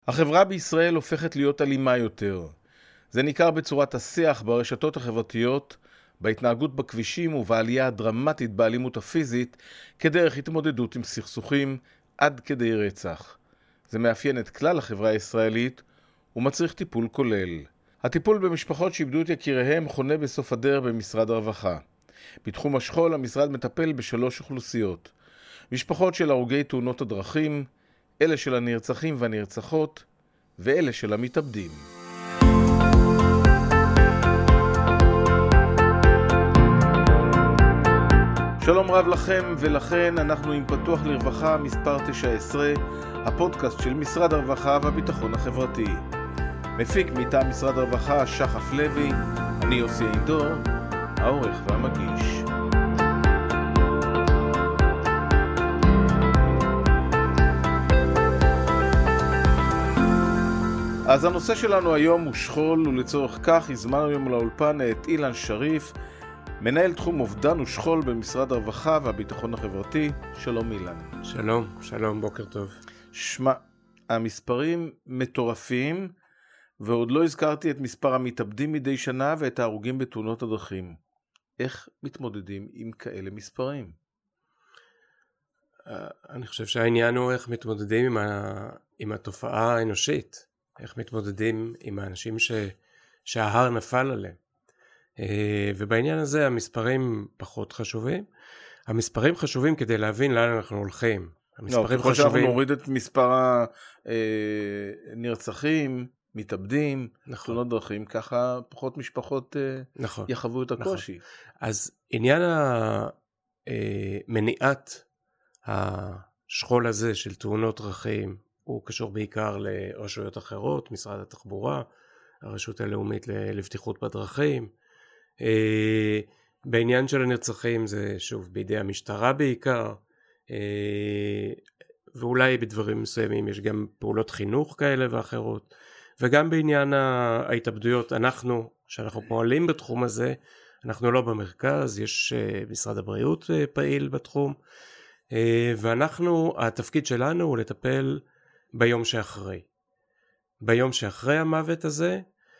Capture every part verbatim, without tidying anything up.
החברה בישראל הופכת להיות אלימה יותר. זה ניכר בצורת השיח ברשתות החברתיות, בהתנהגות בכבישים ובעלייה הדרמטית באלימות הפיזית, כדרך התמודדות עם סכסוכים עד כדי רצח. זה מאפיין את כלל החברה הישראלית ומצריך טיפול כולל. הטיפול במשפחות שאיבדו את יקיריהם חונה בסוף הדרך במשרד הרווחה. בתחום השכול המשרד מטפל בשלוש אוכלוסיות. משפחות של הרוגי תאונות הדרכים, אלה של הנרצחים והנרצחות, ואלה של המתאבדים. שלום רב לכם, ולכן אנחנו עם פתוח לרווחה מספר תשע עשרה, הפודקאסט של משרד הרווחה והביטחון החברתי. מפיק מטעם משרד הרווחה שחף לוי, אני יוסי עידור, העורך והמגיש. אז הנושא שלנו היום הוא שכול, ולצורך כך הזמנו היום לאולפן את אילן שריף, מנהל תחום אובדן ושכול במשרד הרווחה והביטחון החברתי. שלום אילן. שלום, שלום, בוקר טוב. שמע, המספרים מטורפים, ועוד לא הזכרתי את מספר המתאבדים מדי שנה ואת ההרוגים בתאונות הדרכים. איך מתמודדים עם כאלה מספרים? אני חושב שהעניין הוא איך מתמודדים עם, ה... עם התופעה האנושית. איך מתמודדים עם האנשים ש... שההר נפל עליהם. ובעניין הזה המספרים פחות חשובים. המספרים חשובים כדי להבין לאן אנחנו הולכים. המספרים לא, ככל חשובים... שאנחנו נוריד את מספר הנרצחים, מתאבדים, נכון. תאונות דרכים, ככה פחות משפחות נכון. יחוו את הקושי. נכון. אז עניין המניעת השכול הזה של תאונות דרכים, הוא קשור בעיקר לרשויות אחרות, משרד התחבורה, הרשות הלאומית לבטיחות בדרכים. בעניין של הנרצחים זה שוב בידי המשטרה בעיקר, ואולי בדברים מסוימים יש גם פעולות חינוך כאלה ואחרות, וגם בעניין ההתאבדויות, אנחנו, שאנחנו פועלים בתחום הזה, אנחנו לא במרכז, יש משרד הבריאות פעיל בתחום, ואנחנו, התפקיד שלנו הוא לטפל ביום שאחרי. ביום שאחרי המוות הזה,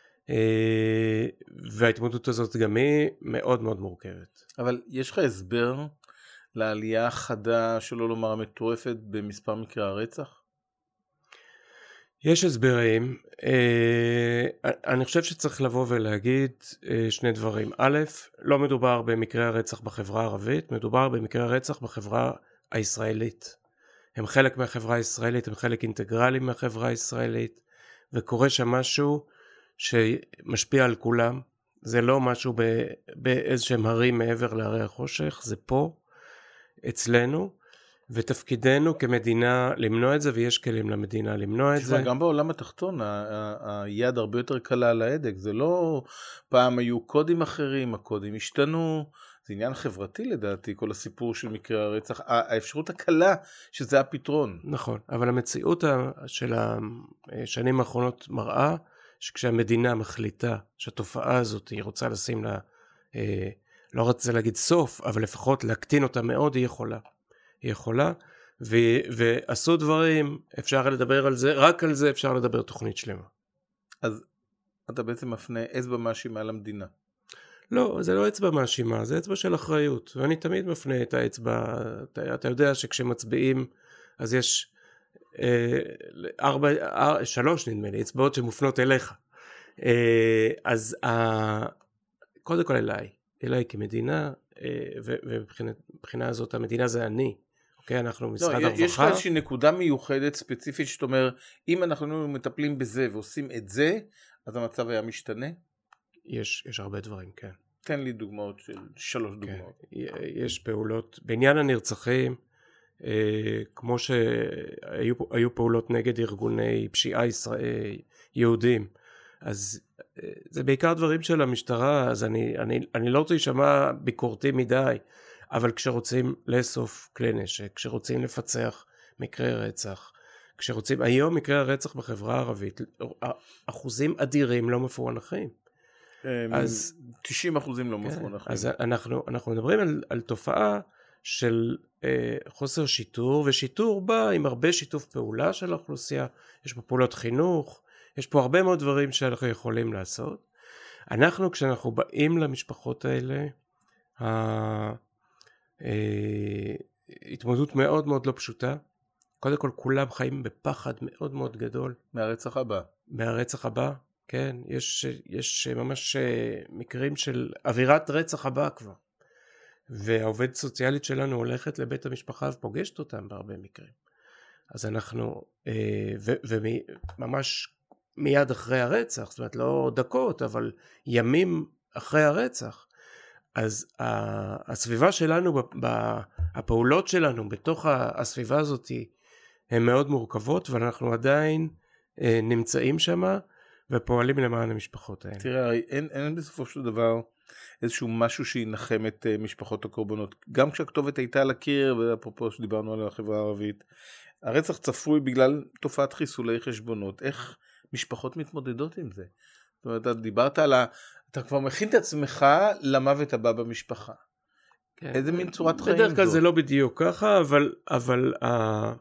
וההתמודדות הזאת גם היא מאוד מאוד מורכבת. אבל יש לך הסבר לעלייה החדה, שלא לומר מטורפת, במספר מקרי הרצח? יש הסברים. אני חושב שצריך לבוא ולהגיד שני דברים. א', לא מדובר במקרי הרצח בחברה הערבית, מדובר במקרי הרצח בחברה הישראלית. הם חלק מהחברה הישראלית, הם חלק אינטגרלי מהחברה הישראלית, וקורה שם משהו שמשפיע על כולם. זה לא משהו באיזשהם הרים מעבר להרי החושך, זה פה, אצלנו, ותפקידנו כמדינה למנוע את זה, ויש כלים למדינה למנוע את זה. גם בעולם התחתון, היד הרבה יותר קלה על ההדק, זה לא פעם היו קודים אחרים, הקודים השתנו, זה עניין חברתי לדעתי, כל הסיפור של מקרי הרצח, האפשרות הקלה שזה הפתרון. נכון, אבל המציאות של השנים האחרונות מראה, שכשהמדינה מחליטה שהתופעה הזאת היא רוצה לשים לה, לא רוצה להגיד סוף, אבל לפחות להקטין אותה מאוד, היא יכולה. היא יכולה, ו- ועשו דברים, אפשר לדבר על זה, רק על זה אפשר לדבר תוכנית שלמה. אז אתה בעצם מפנה אצבע מאשימה על המדינה. לא, זה לא אצבע מאשימה, זה אצבע של אחריות, ואני תמיד מפנה את האצבע, אתה, אתה יודע שכשמצביעים, אז יש אה, ארבע, אר, שלוש נדמה לי, אצבעות שמופנות אליך. אה, אז אה, קודם כל אליי, אליי כמדינה, אה, ובבחינה הזאת המדינה זה אני, אוקיי, אנחנו משרד לא, הרווחה. יש לך איזושהי נקודה מיוחדת ספציפית, שאת אומר, אם אנחנו מטפלים בזה ועושים את זה, אז המצב היה משתנה? יש, יש הרבה דברים, כן. תן לי דוגמאות של שלוש דוגמאות. כן. יש פעולות, בעניין הנרצחים, אה, כמו שהיו היו פעולות נגד ארגוני פשיעה ישראל, יהודים, אז אה, זה בעיקר דברים של המשטרה, אז אני, אני, אני לא רוצה לשמע ביקורתי מדי, אבל כשרוצים לאסוף כלי נשק, כשרוצים לפצח מקרי רצח, כשרוצים, היום מקרי הרצח בחברה הערבית, אחוזים אדירים לא מפוענחים. אז תשעים אחוזים לא מפוענחים. אז אנחנו, אנחנו מדברים על, על תופעה של אה, חוסר שיטור, ושיטור בא עם הרבה שיתוף פעולה של האוכלוסייה, יש פה פעולות חינוך, יש פה הרבה מאוד דברים שאנחנו יכולים לעשות. אנחנו כשאנחנו באים למשפחות האלה, ההתמודדות מאוד מאוד לא פשוטה, קודם כל כולם חיים בפחד מאוד מאוד גדול. מהרצח הבא. מהרצח הבא, כן, יש, יש ממש מקרים של אווירת רצח הבא כבר. והעובדת סוציאלית שלנו הולכת לבית המשפחה ופוגשת אותם בהרבה מקרים. אז אנחנו, וממש מיד אחרי הרצח, זאת אומרת לא דקות, אבל ימים אחרי הרצח, אז הסביבה שלנו, הפעולות שלנו בתוך הסביבה הזאת הן מאוד מורכבות, ואנחנו עדיין נמצאים שם ופועלים למען המשפחות האלה. תראה, אין, אין בסופו של דבר איזשהו משהו שינחם את משפחות הקורבנות. גם כשהכתובת הייתה על הקיר, ואפרופו שדיברנו על החברה הערבית, הרצח צפוי בגלל תופעת חיסולי חשבונות. איך משפחות מתמודדות עם זה? זאת אומרת, אתה דיברת על ה... אתה כבר מכין את עצמך למוות הבא במשפחה. כן. איזה מין צורת חיים זאת? בדרך כלל זה לא בדיוק ככה, אבל, אבל uh,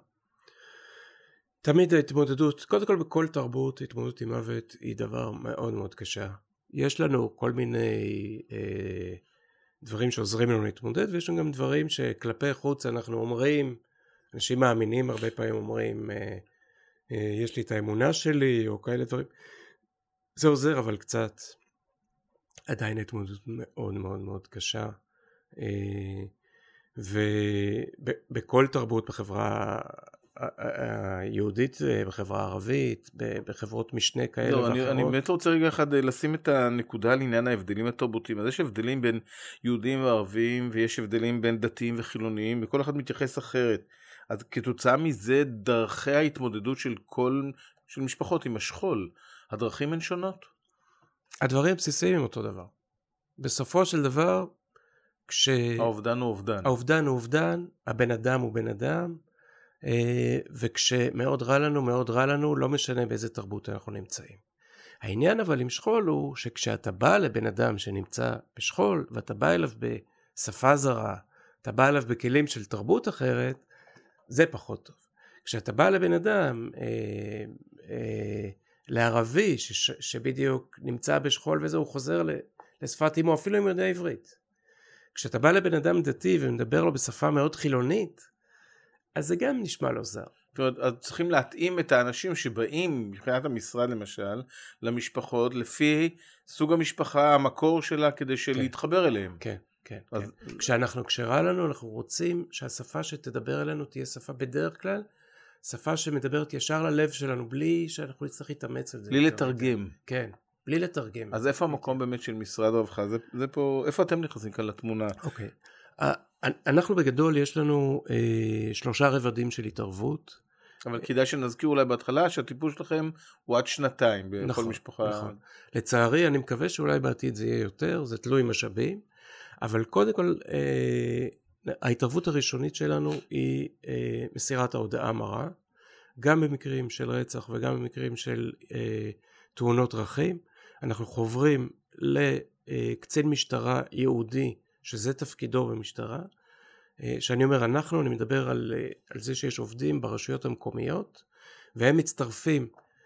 תמיד ההתמודדות, קודם כל בכל תרבות, התמודדות עם מוות היא דבר מאוד מאוד קשה. יש לנו כל מיני אה, דברים שעוזרים לנו להתמודד, ויש לנו גם דברים שכלפי חוץ אנחנו אומרים, אנשים מאמינים הרבה פעמים אומרים, אה, אה, יש לי את האמונה שלי, או כאלה דברים. זה עוזר, אבל קצת עדיין התמודדות מאוד מאוד מאוד קשה. אה, ובכל תרבות בחברה היהודית, בחברה הערבית, בחברות משנה כאלה לא, ואחרות. אני, אני באמת רוצה רגע אחד לשים את הנקודה על עניין ההבדלים התרבותיים. אז יש הבדלים בין יהודים וערבים, ויש הבדלים בין דתיים וחילוניים, וכל אחד מתייחס אחרת. אז כתוצאה מזה, דרכי ההתמודדות של כל, של משפחות עם השכול, הדרכים הן שונות. הדברים הבסיסיים הם אותו דבר. בסופו של דבר, כש... האובדן הוא אובדן. האובדן הוא אובדן, הבן אדם הוא בן אדם, וכשמאוד רע לנו, מאוד רע לנו, לא משנה באיזה תרבות אנחנו נמצאים. העניין אבל עם שכול הוא שכשאתה בא לבן אדם שנמצא בשכול, ואתה בא אליו בשפה זרה, אתה בא אליו בכלים של תרבות אחרת, זה פחות טוב. כשאתה בא לבן אדם, אה, אה, לערבי, ש, שבדיוק נמצא בשכול וזה, הוא חוזר לשפת אמו, אפילו אם יודע עברית. כשאתה בא לבן אדם דתי ומדבר לו בשפה מאוד חילונית, אז זה גם נשמע לא זר. זאת אומרת, אז צריכים להתאים את האנשים שבאים, מבחינת המשרד למשל, למשפחות, לפי סוג המשפחה, המקור שלה, כדי להתחבר אליהם. כן, כן. אז... כן. כשאנחנו, כשרע לנו, אנחנו רוצים שהשפה שתדבר אלינו תהיה שפה בדרך כלל, שפה שמדברת ישר ללב שלנו, בלי שאנחנו נצטרך להתאמץ על זה. בלי לתרגם. כן, בלי לתרגם. אז איפה המקום באמת של משרד הרווחה? זה, זה פה, איפה אתם נכנסים כאן לתמונה? אוקיי. אנחנו בגדול יש לנו אה, שלושה רבדים של התערבות. אבל כדאי שנזכיר אולי בהתחלה שהטיפול שלכם הוא עד שנתיים בכל נכון, משפחה. נכון. לצערי אני מקווה שאולי בעתיד זה יהיה יותר, זה תלוי משאבים, אבל קודם כל אה, ההתערבות הראשונית שלנו היא אה, מסירת ההודעה המרה, גם במקרים של רצח וגם במקרים של אה, תאונות דרכים. אנחנו חוברים לקצין משטרה יהודי, שזה תפקידו במשטרה. שאני אומר אנחנו, אני מדבר על, על זה שיש עובדים ברשויות המקומיות, והם מצטרפים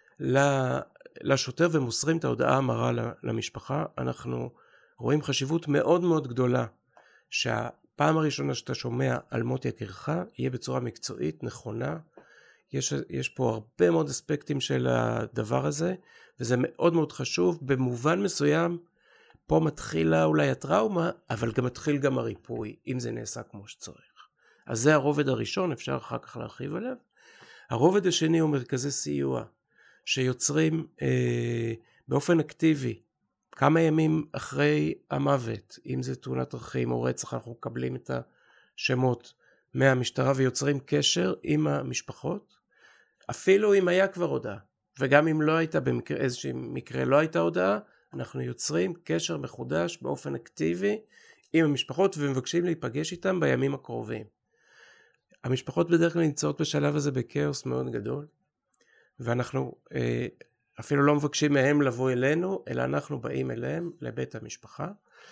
לשוטר ומוסרים את ההודעה המרה למשפחה. אנחנו רואים חשיבות מאוד מאוד גדולה, שהפעם הראשונה שאתה שומע על מות יקירך, יהיה בצורה מקצועית, נכונה. יש, יש פה הרבה מאוד אספקטים של הדבר הזה, וזה מאוד מאוד חשוב. במובן מסוים, פה מתחילה אולי הטראומה, אבל גם מתחיל גם הריפוי, אם זה נעשה כמו שצריך. אז זה הרובד הראשון, אפשר אחר כך להרחיב עליו. הרובד השני הוא מרכזי סיוע, שיוצרים אה, באופן אקטיבי, כמה ימים אחרי המוות, אם זה תאונת דרכים או רצח, אנחנו מקבלים את השמות מהמשטרה, ויוצרים קשר עם המשפחות, אפילו אם היה כבר הודעה, וגם אם לא הייתה במקרה, איזשהו מקרה לא הייתה הודעה, אנחנו יוצרים קשר מחודש באופן אקטיבי עם המשפחות ומבקשים להיפגש איתם בימים הקרובים. המשפחות בדרך כלל נמצאות בשלב הזה בקאוס מאוד גדול, ואנחנו אה, אפילו לא מבקשים מהם לבוא אלינו, אלא אנחנו באים אליהם לבית המשפחה,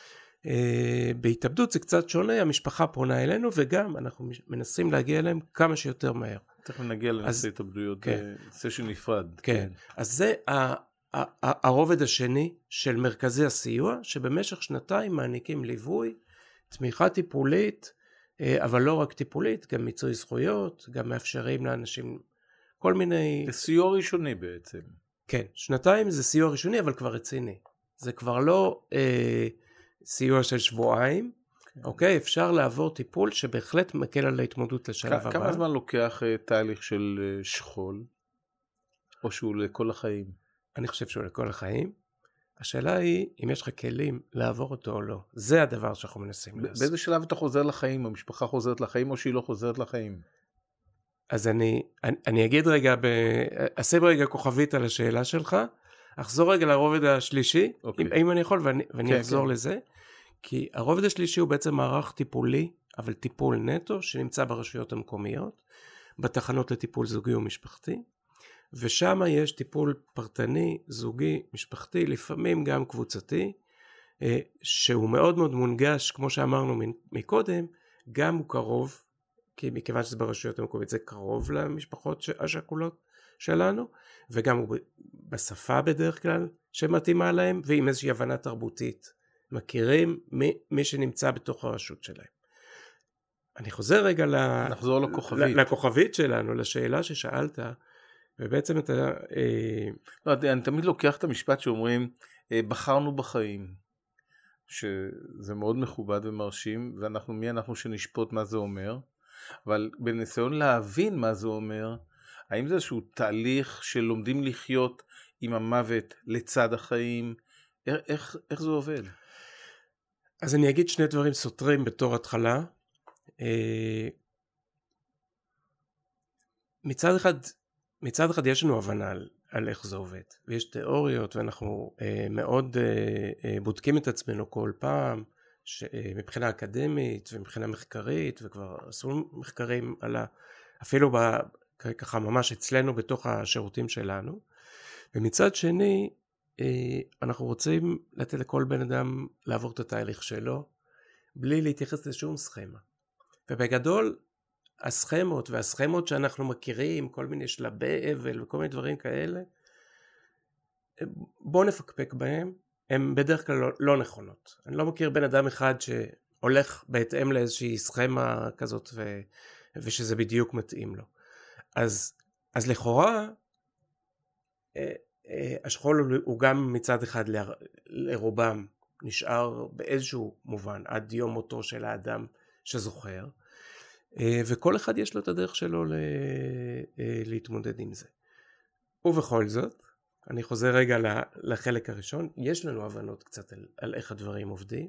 בהתאבדות זה קצת שונה, המשפחה פונה אלינו, וגם אנחנו מנסים להגיע אליהם כמה שיותר מהר. תכף נגיע לנושא התאבדויות, כן. סשן נפרד. כן, כן. אז זה הרובד השני של מרכזי הסיוע, שבמשך שנתיים מעניקים ליווי, תמיכה טיפולית, אבל לא רק טיפולית, גם מיצוי זכויות, גם מאפשרים לאנשים כל מיני... זה סיוע ראשוני בעצם. כן, שנתיים זה סיוע ראשוני, אבל כבר רציני. זה כבר לא אה, סיוע של שבועיים, כן. אוקיי? אפשר לעבור טיפול שבהחלט מקל על ההתמודדות לשלב הבא. כמה זמן לוקח אה, תהליך של אה, שכול? או שהוא לכל החיים? אני חושב שהוא לכל החיים. השאלה היא אם יש לך כלים לעבור אותו או לא. זה הדבר שאנחנו מנסים לעשות. באיזה שלב אתה חוזר לחיים? המשפחה חוזרת לחיים או שהיא לא חוזרת לחיים? אז אני, אני, אני אגיד רגע, ב... אשים רגע כוכבית על השאלה שלך, אחזור רגע לרובד השלישי, okay. אם, אם אני יכול, ואני, ואני okay, אחזור okay. לזה, כי הרובד השלישי הוא בעצם מערך טיפולי, אבל טיפול נטו, שנמצא ברשויות המקומיות, בתחנות לטיפול זוגי ומשפחתי, ושם יש טיפול פרטני, זוגי, משפחתי, לפעמים גם קבוצתי, שהוא מאוד מאוד מונגש, כמו שאמרנו מקודם, גם הוא קרוב, כי מכיוון שזה ברשויות המקומיות זה קרוב למשפחות השכולות שלנו, וגם הוא בשפה בדרך כלל שמתאימה להם, ועם איזושהי הבנה תרבותית, מכירים מי, מי שנמצא בתוך הרשות שלהם. אני חוזר רגע נחזור לכוכבית. לכוכבית שלנו, לשאלה ששאלת, ובעצם אתה... אה... לא, אני תמיד לוקח את המשפט שאומרים, בחרנו בחיים, שזה מאוד מכובד ומרשים, ואנחנו מי אנחנו שנשפוט מה זה אומר, אבל בניסיון להבין מה זה אומר, האם זה איזשהו תהליך שלומדים לחיות עם המוות לצד החיים? איך, איך זה עובד? אז אני אגיד שני דברים סותרים בתור התחלה. מצד אחד, מצד אחד יש לנו הבנה על, על איך זה עובד, ויש תיאוריות, ואנחנו מאוד בודקים את עצמנו כל פעם, מבחינה אקדמית ומבחינה מחקרית, וכבר עשו מחקרים על ה... אפילו ב... ככה ממש אצלנו בתוך השירותים שלנו. ומצד שני, אנחנו רוצים לתת לכל בן אדם לעבור את התהליך שלו, בלי להתייחס לשום סכמה. ובגדול, הסכמות והסכמות שאנחנו מכירים, כל מיני שלבי אבל וכל מיני דברים כאלה, בואו נפקפק בהם, הן בדרך כלל לא, לא נכונות. אני לא מכיר בן אדם אחד שהולך בהתאם לאיזושהי סכמה כזאת ו, ושזה בדיוק מתאים לו. אז, אז לכאורה, השכול הוא גם מצד אחד לרובם נשאר באיזשהו מובן עד יום מותו של האדם שזוכר, וכל אחד יש לו את הדרך שלו להתמודד עם זה. ובכל זאת, אני חוזר רגע לחלק הראשון, יש לנו הבנות קצת על, על איך הדברים עובדים,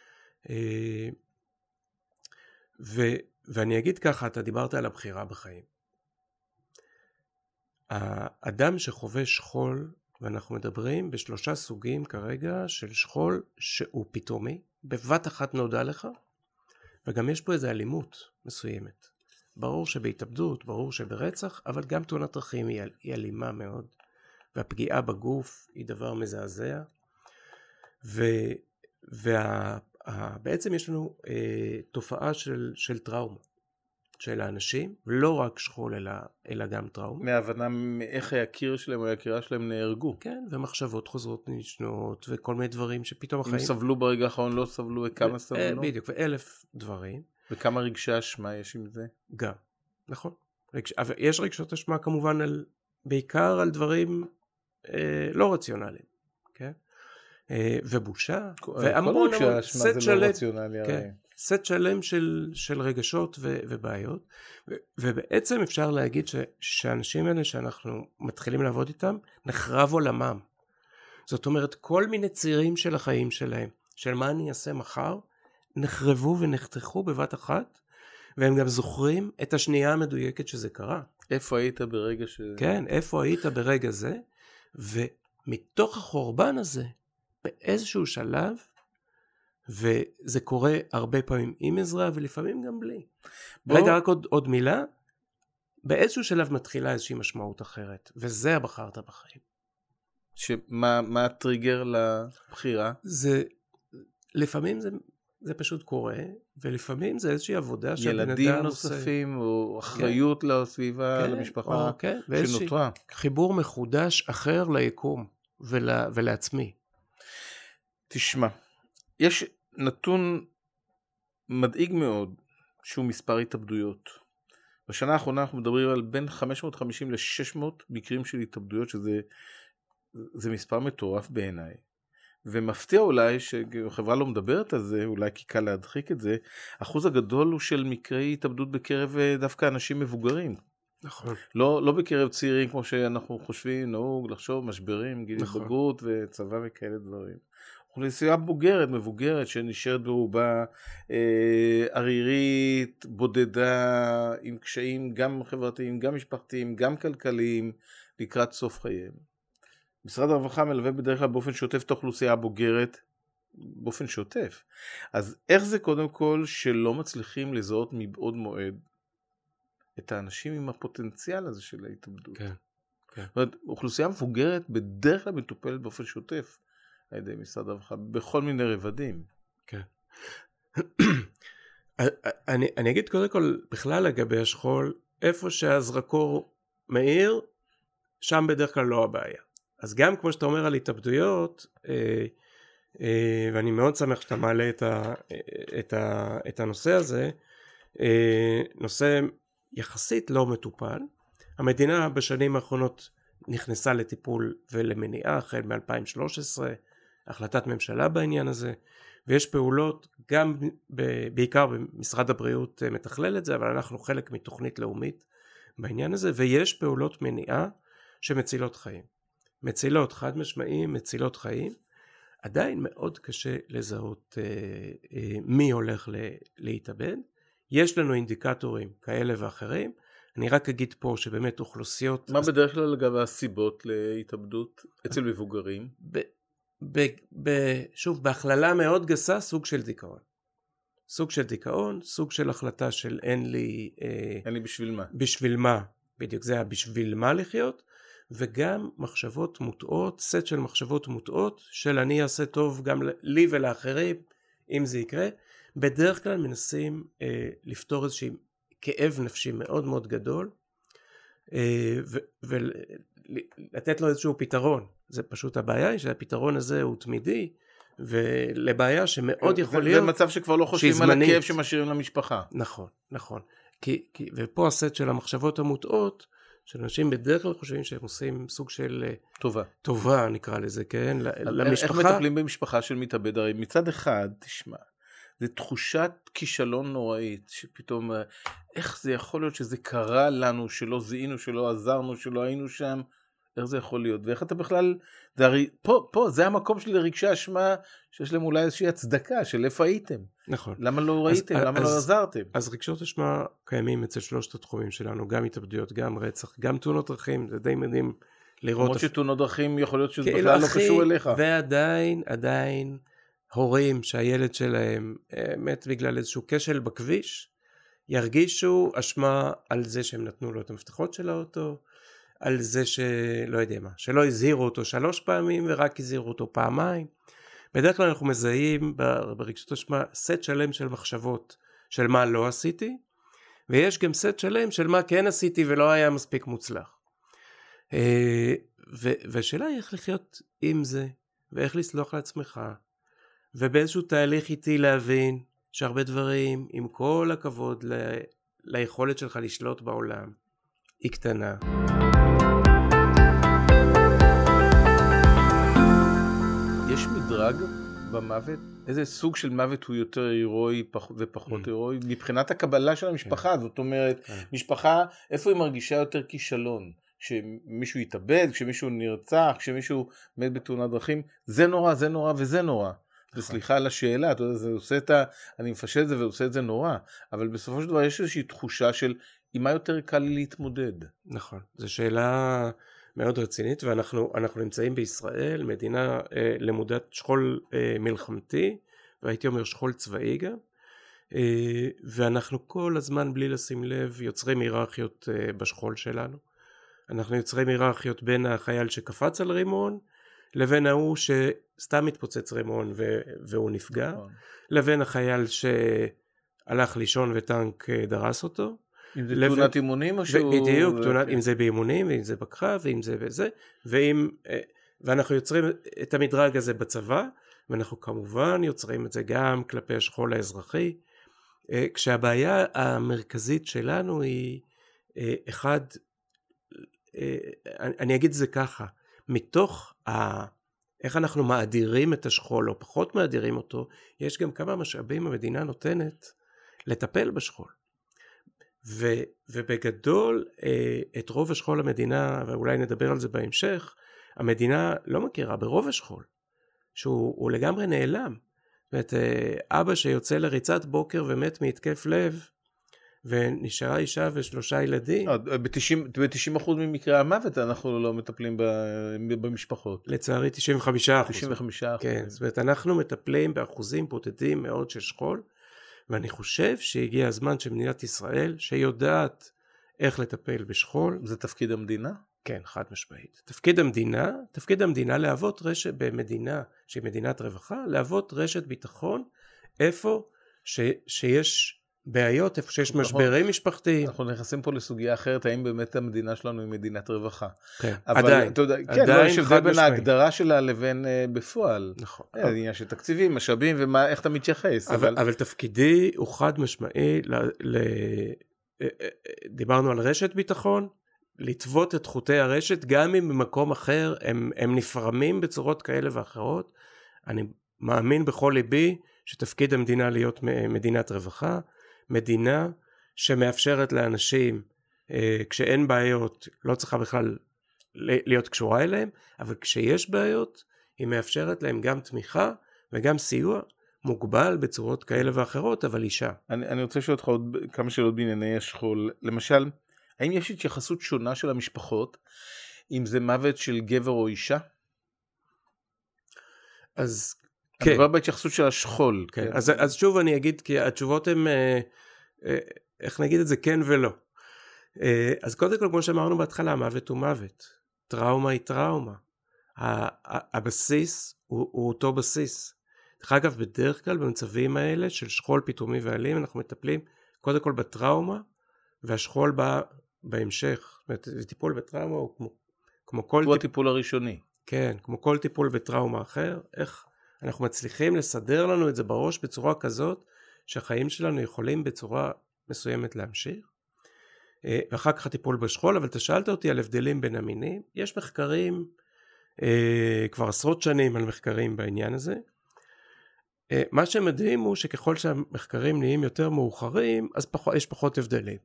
ו, ואני אגיד ככה, אתה דיברת על הבחירה בחיים. האדם שחווה שכול, ואנחנו מדברים בשלושה סוגים כרגע של שכול שהוא פתאומי, בבת אחת נודע לך, וגם יש פה איזו אלימות מסוימת. ברור שבהתאבדות, ברור שברצח, אבל גם תאונת דרכים היא, היא אלימה מאוד. והפגיעה בגוף היא דבר מזעזע, ובעצם יש לנו אה, תופעה של, של טראומה, של האנשים, לא רק שכול אלא, אלא גם טראומה. מהבנה מאיך היקיר שלהם או היקירה שלהם נהרגו. כן, ומחשבות חוזרות נשנות, וכל מיני דברים שפתאום החיים... אם סבלו ברגע האחרון, לא סבלו, וכמה ו- סבלו? בדיוק, ואלף דברים. וכמה רגשי אשמה יש עם זה? גם, נכון. רגש... אבל יש רגשות אשמה כמובן על, בעיקר על דברים... לא רציונליים, כן? ובושה, והמון המון סט שלם, סט שלם של, של רגשות ו, ובעיות, ו, ובעצם אפשר להגיד ש, שהאנשים האלה שאנחנו מתחילים לעבוד איתם, נחרב עולמם. זאת אומרת, כל מיני צירים של החיים שלהם, של מה אני אעשה מחר, נחרבו ונחתכו בבת אחת, והם גם זוכרים את השנייה המדויקת שזה קרה. איפה היית ברגע ש... כן, איפה היית ברגע זה, ומתוך החורבן הזה, באיזשהו שלב, וזה קורה הרבה פעמים עם עזרה, ולפעמים גם בלי. בוא... רגע, רק עוד, עוד מילה, באיזשהו שלב מתחילה איזושהי משמעות אחרת, וזה הבחרת בחיים. שמה, מה הטריגר לבחירה? זה, לפעמים זה, זה פשוט קורה, ולפעמים זה איזושהי עבודה שהבן אדם עושה. ילדים נוספים, או אחריות כן. לסביבה, כן, למשפחה, או, כן, שנותרה. חיבור מחודש אחר ליקום ול, ולעצמי. תשמע, יש נתון מדאיג מאוד, שהוא מספר התאבדויות. בשנה האחרונה אנחנו מדברים על בין חמש מאות וחמישים ל-שש מאות מקרים של התאבדויות, שזה זה מספר מטורף בעיניי. ומפתיע אולי שחברה לא מדברת על זה, אולי כי קל להדחיק את זה, אחוז הגדול הוא של מקרי התאבדות בקרב דווקא אנשים מבוגרים. נכון. לא, לא בקרב צעירים כמו שאנחנו חושבים, נהוג לחשוב משברים, גיל נכון. בגרות וצבא וכאלה דברים. אוכלוסייה בוגרת, מבוגרת, שנשארת ברובה אה, ערירית, בודדה, עם קשיים גם חברתיים, גם משפחתיים, גם כלכליים, לקראת סוף חייהם. משרד הרווחה מלווה בדרך כלל באופן שוטף את האוכלוסייה הבוגרת, באופן שוטף. אז איך זה קודם כל שלא מצליחים לזהות מבעוד מועד את האנשים עם הפוטנציאל הזה של ההתאבדות? כן, כן. זאת אומרת, אוכלוסייה מבוגרת בדרך כלל מטופלת באופן שוטף על ידי משרד הרווחה, בכל מיני רבדים. כן. אני, אני אגיד קודם כל, בכלל לגבי השכול, איפה שהזרקור מאיר, שם בדרך כלל לא הבעיה. אז גם כמו שאתה אומר על התאבדויות, אה, אה, ואני מאוד שמח שאתה מעלה את, ה, את, ה, את הנושא הזה, אה, נושא יחסית לא מטופל. המדינה בשנים האחרונות נכנסה לטיפול ולמניעה, החל מ-אלפיים ושלוש עשרה, החלטת ממשלה בעניין הזה, ויש פעולות, גם ב, בעיקר במשרד הבריאות מתכלל את זה, אבל אנחנו חלק מתוכנית לאומית בעניין הזה, ויש פעולות מניעה שמצילות חיים. מצילות, חד משמעיים, מצילות חיים. עדיין מאוד קשה לזהות אה, אה, מי הולך ל, להתאבד. יש לנו אינדיקטורים כאלה ואחרים. אני רק אגיד פה שבאמת אוכלוסיות... מה בדרך כלל לגבי הסיבות להתאבדות אצל מבוגרים? ב, ב, ב, שוב, בהכללה מאוד גסה, סוג של דיכאון. סוג של דיכאון, סוג של החלטה של אין לי... אה, אין לי בשביל מה. בשביל מה, בדיוק, זה היה בשביל מה לחיות. וגם מחשבות מוטעות, סט של מחשבות מוטעות, של אני אעשה טוב גם לי ולאחרים, אם זה יקרה. בדרך כלל מנסים אה, לפתור איזושהי כאב נפשי מאוד מאוד גדול, אה, ולתת לו איזשהו פתרון. זה פשוט הבעיה היא שהפתרון הזה הוא תמידי, ולבעיה שמאוד יכול להיות... זה מצב שכבר לא חושבים על הכאב שמשאירים למשפחה. נכון, נכון. כי, כי, ופה הסט של המחשבות המוטעות, שאנשים בדרך כלל חושבים שהם עושים סוג של טובה, טובה נקרא לזה, כן, למשפחה. איך מטפלים במשפחה של מתאבד? הרי מצד אחד, תשמע, זה תחושת כישלון נוראית, שפתאום, איך זה יכול להיות שזה קרה לנו, שלא זיהינו, שלא עזרנו, שלא היינו שם, איך זה יכול להיות? ואיך אתה בכלל, זה הרי, פה, פה, זה המקום של רגשי אשמה, שיש להם אולי איזושהי הצדקה, של איפה הייתם? נכון. למה לא ראיתם? אז, למה אז, לא עזרתם? אז רגשות אשמה קיימים אצל שלושת התחומים שלנו, גם התאבדויות, גם רצח, גם תאונות דרכים, זה די מדהים לראות. למרות שתאונות דרכים יכול להיות שזה בכלל לא קשור אליך. ועדיין, עדיין, הורים שהילד שלהם מת בגלל איזשהו כשל בכביש, ירגישו אשמה על זה שהם נתנו לו את המפתחות של האוטו, על זה שלא יודע מה, שלא הזהירו אותו שלוש פעמים ורק הזהירו אותו פעמיים. בדרך כלל אנחנו מזהים ברגשות אשמה סט שלם של מחשבות של מה לא עשיתי, ויש גם סט שלם של מה כן עשיתי ולא היה מספיק מוצלח. והשאלה היא איך לחיות עם זה, ואיך לסלוח לעצמך, ובאיזשהו תהליך איתי להבין שהרבה דברים, עם כל הכבוד ל... ליכולת שלך לשלוט בעולם, היא קטנה. יש מדרג במוות? איזה סוג של מוות הוא יותר הירואי ופחות הירואי? מבחינת הקבלה של המשפחה, זאת אומרת, משפחה, איפה היא מרגישה יותר כישלון? כשמישהו יתאבד, כשמישהו נרצח, כשמישהו מת בתאונת דרכים, זה נורא, זה נורא וזה נורא. וסליחה על השאלה, אתה יודע, זה עושה את ה... אני מפשט את זה ועושה את זה נורא, אבל בסופו של דבר יש איזושהי תחושה של עם מה יותר קל לי להתמודד. נכון, זו שאלה מאוד רצינית, ואנחנו אנחנו נמצאים בישראל, מדינה אה, למודת שכול אה, מלחמתי, והייתי אומר שכול צבאי גם, אה, ואנחנו כל הזמן בלי לשים לב יוצרים היררכיות אה, בשכול שלנו. אנחנו יוצרים היררכיות בין החייל שקפץ על רימון, לבין ההוא שסתם מתפוצץ רימון ו- והוא נפגע, לבין החייל שהלך לישון וטנק דרס אותו. אם זה לבין... תאונת אימונים או שהוא... בדיוק, תאונת, אם זה באימונים, ואם זה בקרב, ואם זה בזה, ואם, ואנחנו יוצרים את המדרג הזה בצבא, ואנחנו כמובן יוצרים את זה גם כלפי השכול האזרחי, כשהבעיה המרכזית שלנו היא, אחד, אני אגיד את זה ככה, מתוך ה... איך אנחנו מאדירים את השכול, או פחות מאדירים אותו, יש גם כמה משאבים המדינה נותנת לטפל בשכול. ו, ובגדול, את רוב השכול המדינה, ואולי נדבר על זה בהמשך, המדינה לא מכירה ברוב השכול, שהוא לגמרי נעלם. זאת אומרת, אבא שיוצא לריצת בוקר ומת מהתקף לב, ונשארה אישה ושלושה ילדים. ב-תשעים אחוז ממקרי המוות אנחנו לא מטפלים במשפחות. לצערי תשעים וחמישה אחוז. תשעים וחמישה אחוז. כן, זאת אומרת, אנחנו מטפלים באחוזים בודדים מאוד של שכול, ואני חושב שהגיע הזמן שמדינת ישראל, שיודעת איך לטפל בשכול. זה תפקיד המדינה? כן, חד משמעית. תפקיד המדינה, תפקיד המדינה להוות רשת במדינה, שהיא מדינת רווחה, להוות רשת ביטחון, איפה ש, שיש בעיות, איפה שיש משברים משפחתיים. אנחנו נכנסים פה לסוגיה אחרת, האם באמת המדינה שלנו היא מדינת רווחה. כן, אבל, עדיין. יודע, כן, עדיין לא יש הבדל בין ההגדרה שלה לבין uh, בפועל. נכון. זה עניין של תקציבים, משאבים, ואיך אתה מתייחס. אבל, אבל... אבל תפקידי הוא חד משמעי, ל, ל, דיברנו על רשת ביטחון, לטוות את חוטי הרשת, גם אם במקום אחר הם, הם נפרמים בצורות כאלה ואחרות. אני מאמין בכל ליבי שתפקיד המדינה להיות מדינת רווחה, מדינה שמאפשרת לאנשים, כשאין בעיות, לא צריכה בכלל להיות קשורה אליהם, אבל כשיש בעיות, היא מאפשרת להם גם תמיכה וגם סיוע, מוגבל בצורות כאלה ואחרות, אבל אישה. אני, אני רוצה לשאול אותך עוד כמה שאלות בענייני השכול. למשל, האם יש התייחסות שונה של המשפחות, אם זה מוות של גבר או אישה? אז כן. אני מדבר בהתייחסות של השכול. כן. כן. אז, אז שוב אני אגיד, כי התשובות הן, אה, אה, איך נגיד את זה, כן ולא. אה, אז קודם כל, כמו שאמרנו בהתחלה, מוות הוא מוות. טראומה היא טראומה. הבסיס הוא, הוא אותו בסיס. דרך אגב, בדרך כלל במצבים האלה של שכול פתאומי ואלים, אנחנו מטפלים קודם כל בטראומה, והשכול בא בהמשך. זאת אומרת, זה טיפול בטראומה הוא כמו, כמו כל... הוא טיפ... הטיפול הראשוני. כן, כמו כל טיפול בטראומה אחר, איך אנחנו מצליחים לסדר לנו את זה בראש בצורה כזאת, שהחיים שלנו יכולים בצורה מסוימת להמשיך. ואחר כך הטיפול בשכול, אבל אתה שאלת אותי על הבדלים בין המינים. יש מחקרים, כבר עשרות שנים על מחקרים בעניין הזה. מה שמדהים הוא שככל שהמחקרים נהיים יותר מאוחרים, אז פח, יש פחות הבדלים.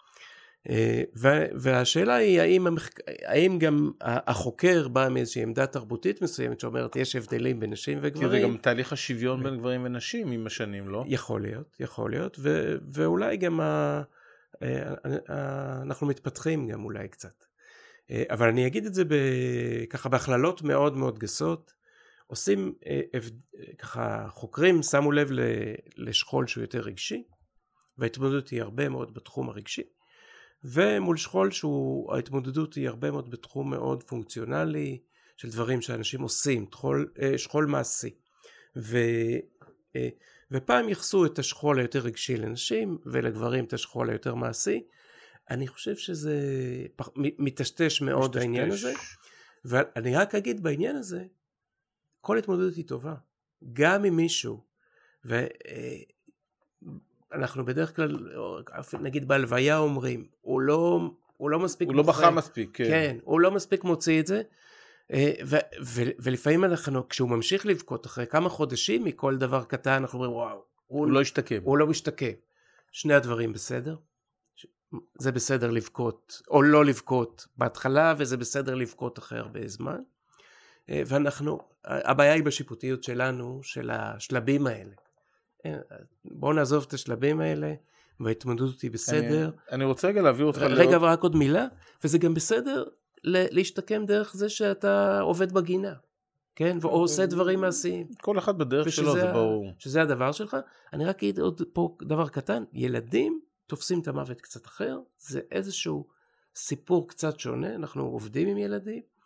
והשאלה היא, האם, המחק... האם גם החוקר בא מאיזושהי עמדה תרבותית מסוימת, שאומרת, יש הבדלים בין נשים וגברים. כי זה גם תהליך השוויון בין גברים ונשים עם השנים, לא? יכול להיות, יכול להיות, ו... ואולי גם ה... אנחנו מתפתחים גם אולי קצת. אבל אני אגיד את זה ב... ככה בהכללות מאוד מאוד גסות, עושים, ככה חוקרים שמו לב לשכול שהוא יותר רגשי, וההתמודדות היא הרבה מאוד בתחום הרגשי, ומול שכול שהוא, ההתמודדות היא הרבה מאוד בתחום מאוד פונקציונלי, של דברים שאנשים עושים, שכול, שכול מעשי. ו, ופעם יחסו את השכול היותר רגשי לנשים, ולגברים את השכול היותר מעשי. אני חושב שזה מתשתש מאוד מתשתש. העניין הזה, ואני רק אגיד בעניין הזה, כל התמודדות היא טובה, גם עם מישהו, ואנחנו בדרך כלל, נגיד בהלוויה אומרים, הוא לא, הוא לא מספיק הוא מוכן, לא בכה מספיק, כן. כן, הוא לא מספיק מוציא את זה, ו, ו, ולפעמים אנחנו, כשהוא ממשיך לבכות אחרי כמה חודשים מכל דבר קטן, אנחנו אומרים, וואו, הוא, הוא לא השתקם. הוא לא משתקם. שני הדברים בסדר, זה בסדר לבכות, או לא לבכות בהתחלה, וזה בסדר לבכות אחרי הרבה זמן, ואנחנו, הבעיה היא בשיפוטיות שלנו, של השלבים האלה. בואו נעזוב את השלבים האלה, וההתמודדות היא בסדר. אני, אני רוצה רגע להעביר אותך... רגע, לראות... רק עוד מילה, וזה גם בסדר להשתקם דרך זה שאתה עובד בגינה, כן? או עושה דברים מעשיים. כל אחד בדרך שלו, זה ברור. שזה הדבר שלך. אני רק אגיד עוד פה דבר קטן, ילדים תופסים את המוות קצת אחר, זה איזשהו סיפור קצת שונה, אנחנו עובדים עם ילדים,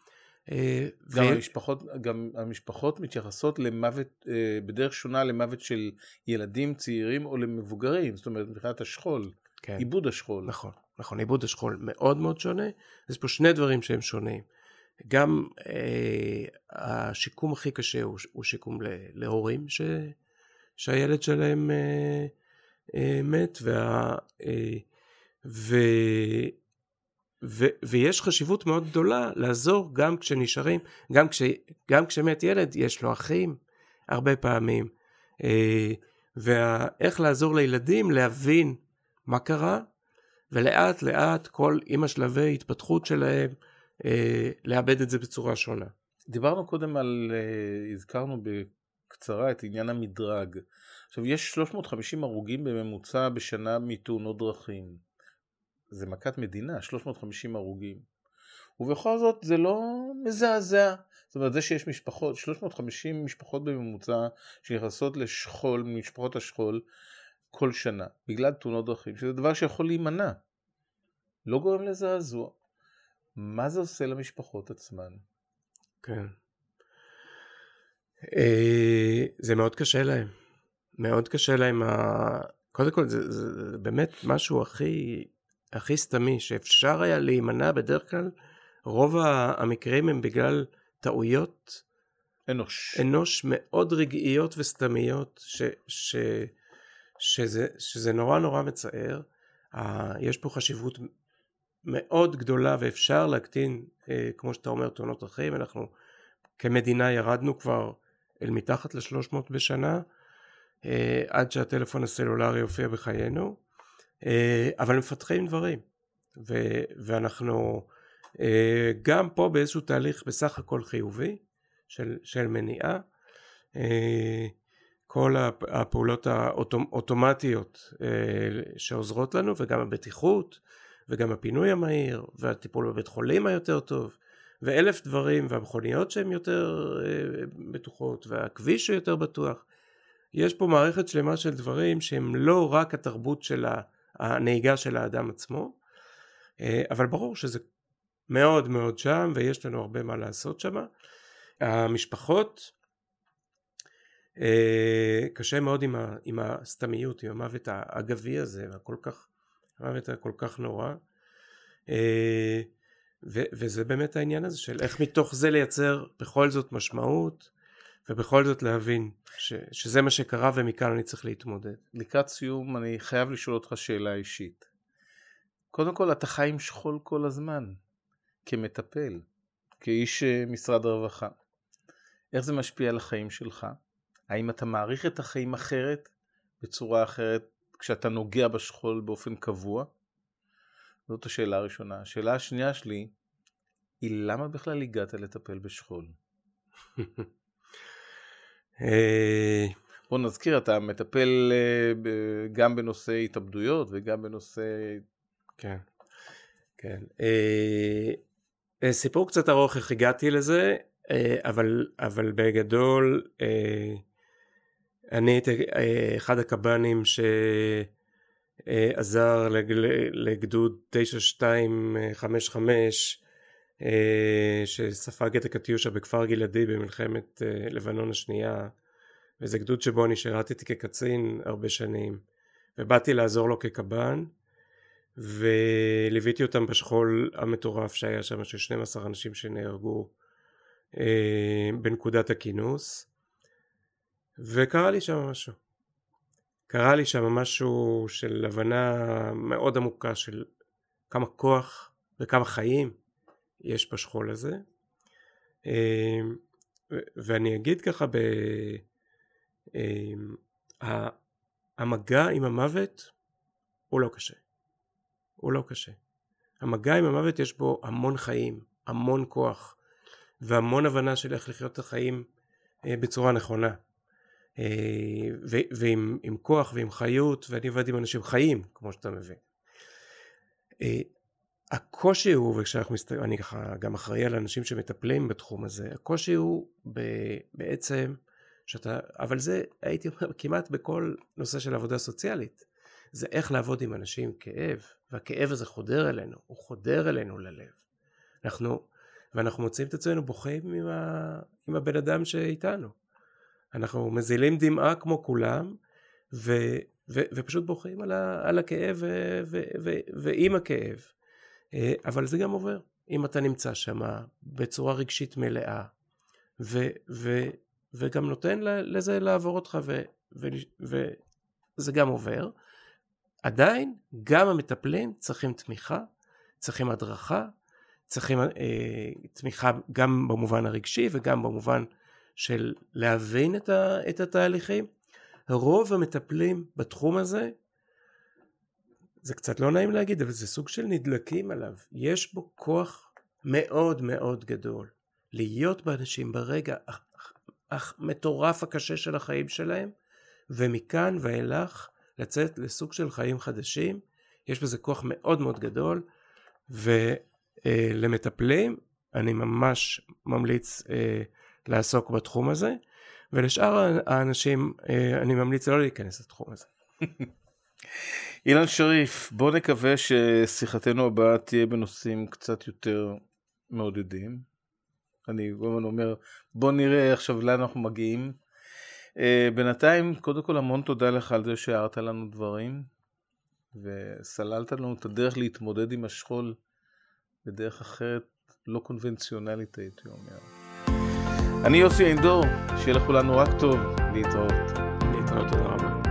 גם, ו... המשפחות, גם המשפחות מתייחסות למוות, בדרך שונה למוות של ילדים צעירים או למבוגרים, זאת אומרת מבחינת השכול, כן. עיבוד השכול. נכון, נכון, עיבוד השכול מאוד מאוד שונה, יש פה שני דברים שהם שונים. גם אה, השיקום הכי קשה הוא, הוא שיקום להורים ש, שהילד שלהם אה, אה, מת, וה, אה, ו, ו, ויש חשיבות מאוד גדולה לעזור גם כשנשארים, גם, כש, גם כשמת ילד יש לו אחים הרבה פעמים, אה, ואיך לעזור לילדים להבין מה קרה, ולאט לאט כל עם השלבי התפתחות שלהם, לאבד את זה בצורה שונה. דיברנו קודם על, הזכרנו בקצרה את עניין המדרג. עכשיו, יש שלוש מאות וחמישים הרוגים בממוצע בשנה מתאונות דרכים. זה מכת מדינה, שלוש מאות וחמישים הרוגים. ובכל זאת זה לא מזעזע. זאת אומרת, זה שיש משפחות, שלוש מאות וחמישים משפחות בממוצע שנכנסות לשכול, משפחות השכול, כל שנה, בגלל תאונות דרכים, שזה דבר שיכול להימנע. לא גורם לזעזוע. מה זה עושה למשפחות עצמן? כן. זה מאוד קשה להם. מאוד קשה להם. קודם כל, זה, זה באמת משהו הכי, הכי סתמי, שאפשר היה להימנע בדרך כלל. רוב המקרים הם בגלל טעויות. אנוש. אנוש מאוד רגעיות וסתמיות, ש, ש, שזה, שזה נורא נורא מצער. יש פה חשיבות מאוד גדולה, ואפשר להקטין, אה, כמו שאתה אומר, תאונות דרכים. אנחנו כמדינה ירדנו כבר אל מתחת ל-שלוש מאות בשנה, אה, עד שהטלפון הסלולרי הופיע בחיינו, אה, אבל מפתחים דברים, ו- ואנחנו אה, גם פה באיזשהו תהליך בסך הכל חיובי, של, של מניעה, אה, כל הפעולות האוטומטיות אה, שעוזרות לנו, וגם הבטיחות, וגם הפינוי המהיר, והטיפול בבית חולים היותר טוב, ואלף דברים, והמכוניות שהן יותר אה, בטוחות, והכביש היותר בטוח. יש פה מערכת שלמה של דברים שהם לא רק התרבות של הנהיגה של האדם עצמו, אה, אבל ברור שזה מאוד מאוד שם, ויש לנו הרבה מה לעשות שם. המשפחות, אה, קשה מאוד עם, ה, עם הסתמיות, עם המוות האגבי הזה, והכל כך, המוות הכל כך נורא, ו- וזה באמת העניין הזה של איך מתוך זה לייצר בכל זאת משמעות, ובכל זאת להבין ש- שזה מה שקרה ומכאן אני צריך להתמודד. לקראת סיום אני חייב לשאול אותך שאלה אישית. קודם כל, אתה חי עם שכול כל הזמן, כמטפל, כאיש משרד הרווחה. איך זה משפיע על החיים שלך? האם אתה מעריך את החיים אחרת, בצורה אחרת, כשאתה נוגע בשכול באופן קבוע? זאת השאלה הראשונה. השאלה השנייה שלי היא למה בכלל הגעת לטפל בשכול? בוא נזכיר, אתה מטפל גם בנושא התאבדויות וגם בנושא... כן, כן. סיפור קצת ארוך איך הגעתי לזה, אבל, אבל בגדול אני הייתי אחד הקב"נים שעזר לגדוד תשע שתיים חמש חמש שספג את הקטיושה בכפר גלעדי במלחמת לבנון השנייה, וזה גדוד שבו אני שירתתי כקצין הרבה שנים, ובאתי לעזור לו כקב"ן, וליוויתי אותם בשכול המטורף שהיה שם, של שנים עשר אנשים שנהרגו אה, בנקודת הכינוס, וקרה לי שם משהו. קרה לי שם משהו של הבנה מאוד עמוקה של כמה כוח וכמה חיים יש בשכול הזה. אה, ואני אגיד ככה, ב... אה, המגע עם המוות הוא לא קשה. הוא לא קשה. המגע עם המוות יש בו המון חיים, המון כוח, והמון הבנה של איך לחיות את החיים אה, בצורה נכונה. אה, ו- ועם עם כוח ועם חיות, ואני עובד עם אנשים חיים, כמו שאתה מבין. אה, הקושי הוא, וכשאנחנו מסתכלים, אני ככה גם אחראי על אנשים שמטפלים בתחום הזה, הקושי הוא ב- בעצם, שאתה, אבל זה הייתי אומר כמעט בכל נושא של עבודה סוציאלית, זה איך לעבוד עם אנשים עם כאב, והכאב הזה חודר אלינו, הוא חודר אלינו ללב. אנחנו, ואנחנו מוצאים את עצמנו בוכים עם, ה... עם הבן אדם שאיתנו. אנחנו מזילים דמעה כמו כולם, ו... ו... ופשוט בוכים על, ה... על הכאב ו... ו... ו... ועם הכאב. אבל זה גם עובר. אם אתה נמצא שם בצורה רגשית מלאה, ו... ו... וגם נותן לזה לעבור אותך, ו... ו... וזה גם עובר. עדיין, גם המטפלים צריכים תמיכה, צריכים הדרכה, צריכים אה, תמיכה גם במובן הרגשי וגם במובן של להבין את, ה, את התהליכים. רוב המטפלים בתחום הזה, זה קצת לא נעים להגיד, אבל זה סוג של נדלקים עליו. יש בו כוח מאוד מאוד גדול. להיות באנשים ברגע המטורף הקשה של החיים שלהם, ומכאן ואילך לצאת לסוג של חיים חדשים. יש בזה כוח מאוד מאוד גדול, ולמטפלים אני ממש ממליץ אה, לעסוק בתחום הזה, ולשאר האנשים אה, אני ממליץ לא להיכנס לתחום הזה. אילן שריף, בוא נקווה ששיחתנו הבאה תהיה בנושאים קצת יותר מעודדים. אני אומר, בוא נראה עכשיו לאן אנחנו מגיעים. Uh, בינתיים, קודם כל המון תודה לך על זה שהערת לנו דברים, וסללת לנו את הדרך להתמודד עם השכול בדרך אחרת, לא קונבנציונלית הייתי אומר. אני יוסי אינדור, שיהיה לכולנו רק טוב, להתראות. להתראות, תודה רבה.